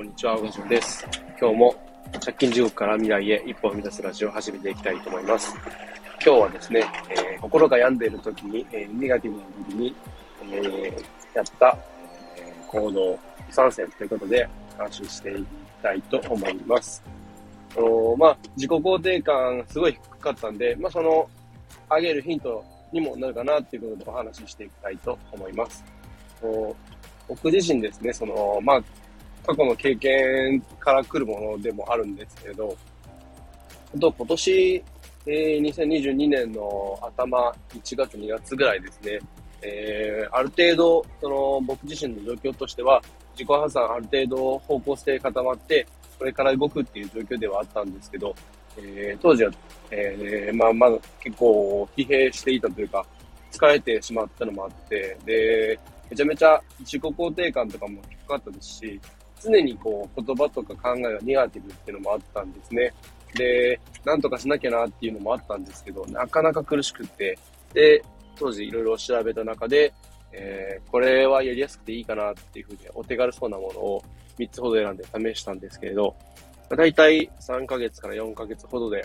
こんにちは、小島です。今日も借金地獄から未来へ一歩を踏み出すラジオを始めていきたいと思います。今日はですね、心が病んでいる時に、ネガティブな時に、やった、行動3選ということで話していきたいと思います。自己肯定感すごい低かったんで、上げるヒントにもなるかなっていうことでお話ししていきたいと思います。僕自身ですね、過去の経験から来るものでもあるんですけれど、今年、2022年の頭、1月2月ぐらいですね、ある程度、僕自身の状況としては、自己破産ある程度方向性固まって、これから動くっていう状況ではあったんですけど、当時は、まだ結構疲弊していたというか、疲れてしまったのもあって、で、めちゃめちゃ自己肯定感とかも低かったですし、常に言葉とか考えがネガティブっていうのもあったんですね。で、なんとかしなきゃなっていうのもあったんですけど、なかなか苦しくって、で、当時いろいろ調べた中で、これはやりやすくていいかなっていうふうにお手軽そうなものを3つほど選んで試したんですけれど、だいたい3ヶ月から4ヶ月ほどで、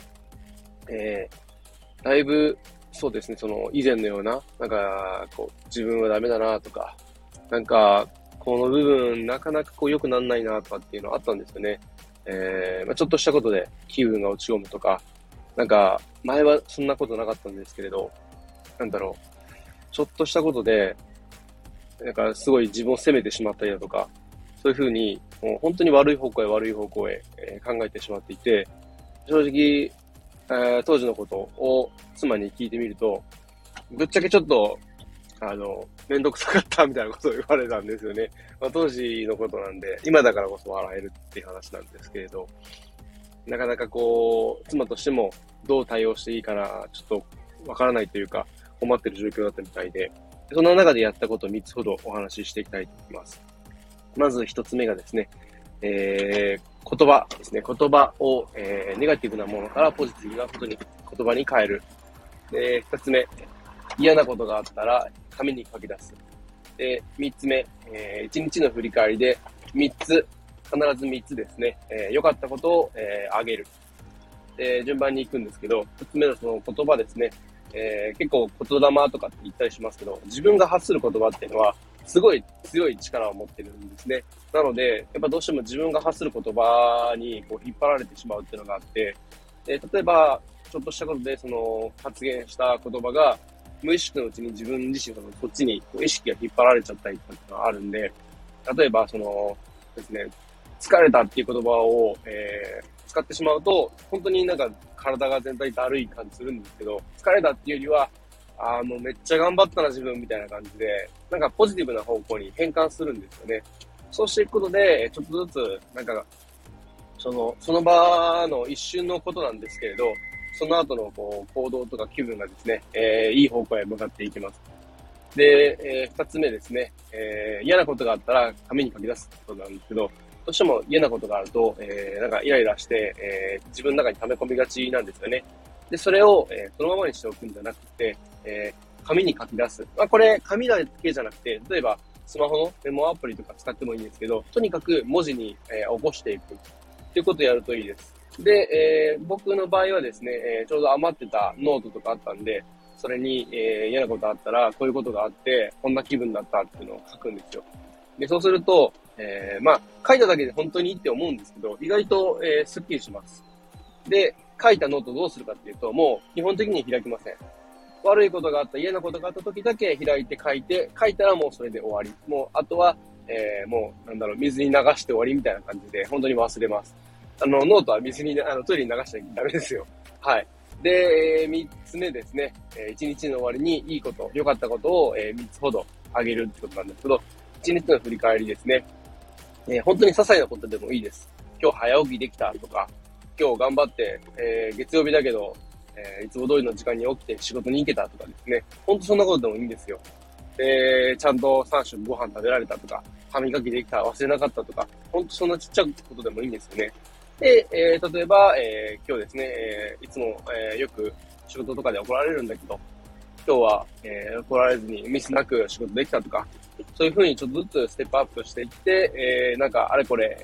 だいぶそうですね、以前のような、自分はダメだなとか、この部分、なかなか良くならないなとかっていうのはあったんですよね。ちょっとしたことで気分が落ち込むとか、前はそんなことなかったんですけれど、ちょっとしたことで、すごい自分を責めてしまったりだとか、そういうふうに、もう本当に悪い方向へ、考えてしまっていて、正直、当時のことを妻に聞いてみると、ぶっちゃけちょっと、めんどくさかったみたいなことを言われたんですよね。当時のことなんで、今だからこそ笑えるっていう話なんですけれど、なかなか妻としてもどう対応していいかな、ちょっとわからないというか、困ってる状況だったみたいで、その中でやったことを3つほどお話ししていきたいと思います。まず1つ目がですね、言葉ですね。言葉を、ネガティブなものからポジティブなことに言葉に変える。で、2つ目、嫌なことがあったら紙に書き出す。で、3つ目、1日の振り返りで3つ、必ず3つですね、良かったことを、あげる。で、順番に行くんですけど、1つ目のその言葉ですね、結構言霊とかって言ったりしますけど、自分が発する言葉っていうのは、すごい強い力を持ってるんですね。なので、やっぱどうしても自分が発する言葉に引っ張られてしまうっていうのがあって、例えば、ちょっとしたことで発言した言葉が、無意識のうちに自分自身がそっちに意識が引っ張られちゃったりとかっていうのがあるんで、例えばですね、疲れたっていう言葉を、使ってしまうと、本当に体が全体だるい感じするんですけど、疲れたっていうよりは、もうめっちゃ頑張ったな自分みたいな感じで、ポジティブな方向に変換するんですよね。そうしていくことで、ちょっとずつ、その場の一瞬のことなんですけれど、その後の行動とか気分がですね、いい方向へ向かっていきます。で、二つ目ですね、嫌なことがあったら紙に書き出すことなんですけど、どうしても嫌なことがあると、イライラして、自分の中に溜め込みがちなんですよね。で、それを、そのままにしておくんじゃなくて、紙に書き出す。これ、紙だけじゃなくて、例えば、スマホのメモアプリとか使ってもいいんですけど、とにかく文字に、起こしていく。っていうことをやるといいです。で、僕の場合はですね、ちょうど余ってたノートとかあったんで、それに、嫌なことあったら、こういうことがあって、こんな気分だったっていうのを書くんですよ。で、そうすると、書いただけで本当にいいって思うんですけど、意外と、スッキリします。で、書いたノートどうするかっていうと、もう基本的に開きません。悪いことがあった、嫌なことがあった時だけ開いて書いて、書いたらもうそれで終わり。もう、あとは、水に流して終わりみたいな感じで、本当に忘れます。ノートは水に、トイレに流しちゃダメですよ。はい。で、三つ目ですね。一日の終わりにいいこと、良かったことを、三つほどあげるってことなんですけど、一日の振り返りですね。本当に些細なことでもいいです。今日早起きできたとか、今日頑張って、月曜日だけど、いつも通りの時間に起きて仕事に行けたとかですね。本当そんなことでもいいんですよ。ちゃんと3食ご飯食べられたとか、歯磨きできた、忘れなかったとか、本当そんなちっちゃいことでもいいんですよね。で、例えば、今日ですね、いつも、よく仕事とかで怒られるんだけど、今日は、怒られずにミスなく仕事できたとか、そういう風にちょっとずつステップアップしていって、あれこれ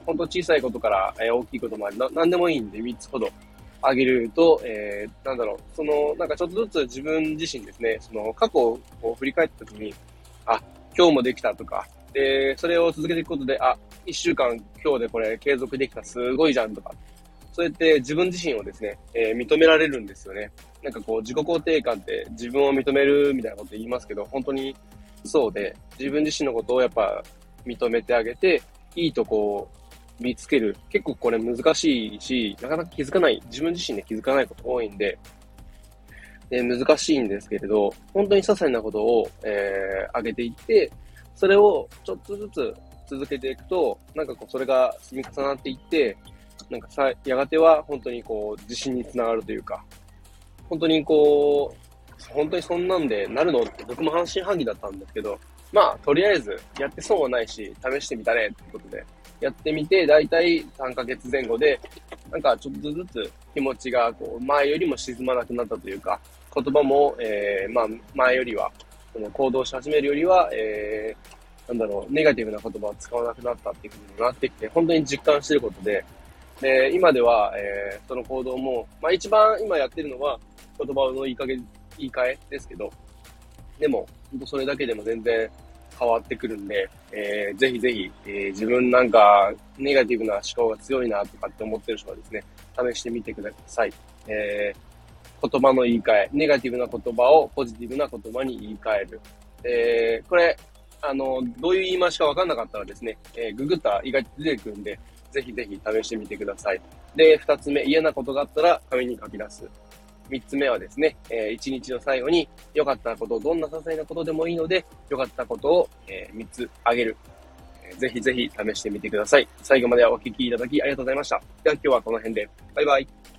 本当小さいことから、大きいことまでなんでもいいんで3つほどあげると、なんかちょっとずつ自分自身ですね、その過去を振り返った時に、あ、今日もできたとか、で、それを続けていくことで、1週間今日でこれ継続できた、すごいじゃんとか、そうやって自分自身をですね、認められるんですよね。なんかこう自己肯定感って自分を認めるみたいなこと言いますけど、本当にそうで、自分自身のことをやっぱ認めてあげて、いいとこを見つける。結構これ難しいし、なかなか気づかない、自分自身で気づかないこと多いんで、難しいんですけれど、本当に些細なことを、上げていって、それをちょっとずつ続けていくと、なんかこう、それが積み重なっていって、なんかやがては本当にこう、自信につながるというか、本当にこう、本当にそんなんでなるのって僕も半信半疑だったんですけど、まあ、とりあえずやって損はないし、試してみたねってことで、やってみて、だいたい3ヶ月前後で、なんかちょっとずつ気持ちがこう前よりも沈まなくなったというか、言葉も、まあ、前よりは、その行動し始めるよりは、ネガティブな言葉を使わなくなったっていう風になってきて、本当に実感していることで、今では、その行動も、まあ一番今やってるのは言葉の言い換えですけど、でも、本当それだけでも全然変わってくるんで、ぜひぜひ、自分なんかネガティブな思考が強いなとかって思ってる人はですね、試してみてください。言葉の言い換え、ネガティブな言葉をポジティブな言葉に言い換える。これ、どういう言い回しかわかんなかったらですね、ググったら意外と出てくるんで、ぜひぜひ試してみてください。で、二つ目、嫌なことがあったら紙に書き出す。三つ目はですね、一日の最後に良かったこと、どんな些細なことでもいいので、良かったことを、三つあげる。ぜひぜひ試してみてください。最後までお聞きいただきありがとうございました。では今日はこの辺で。バイバイ。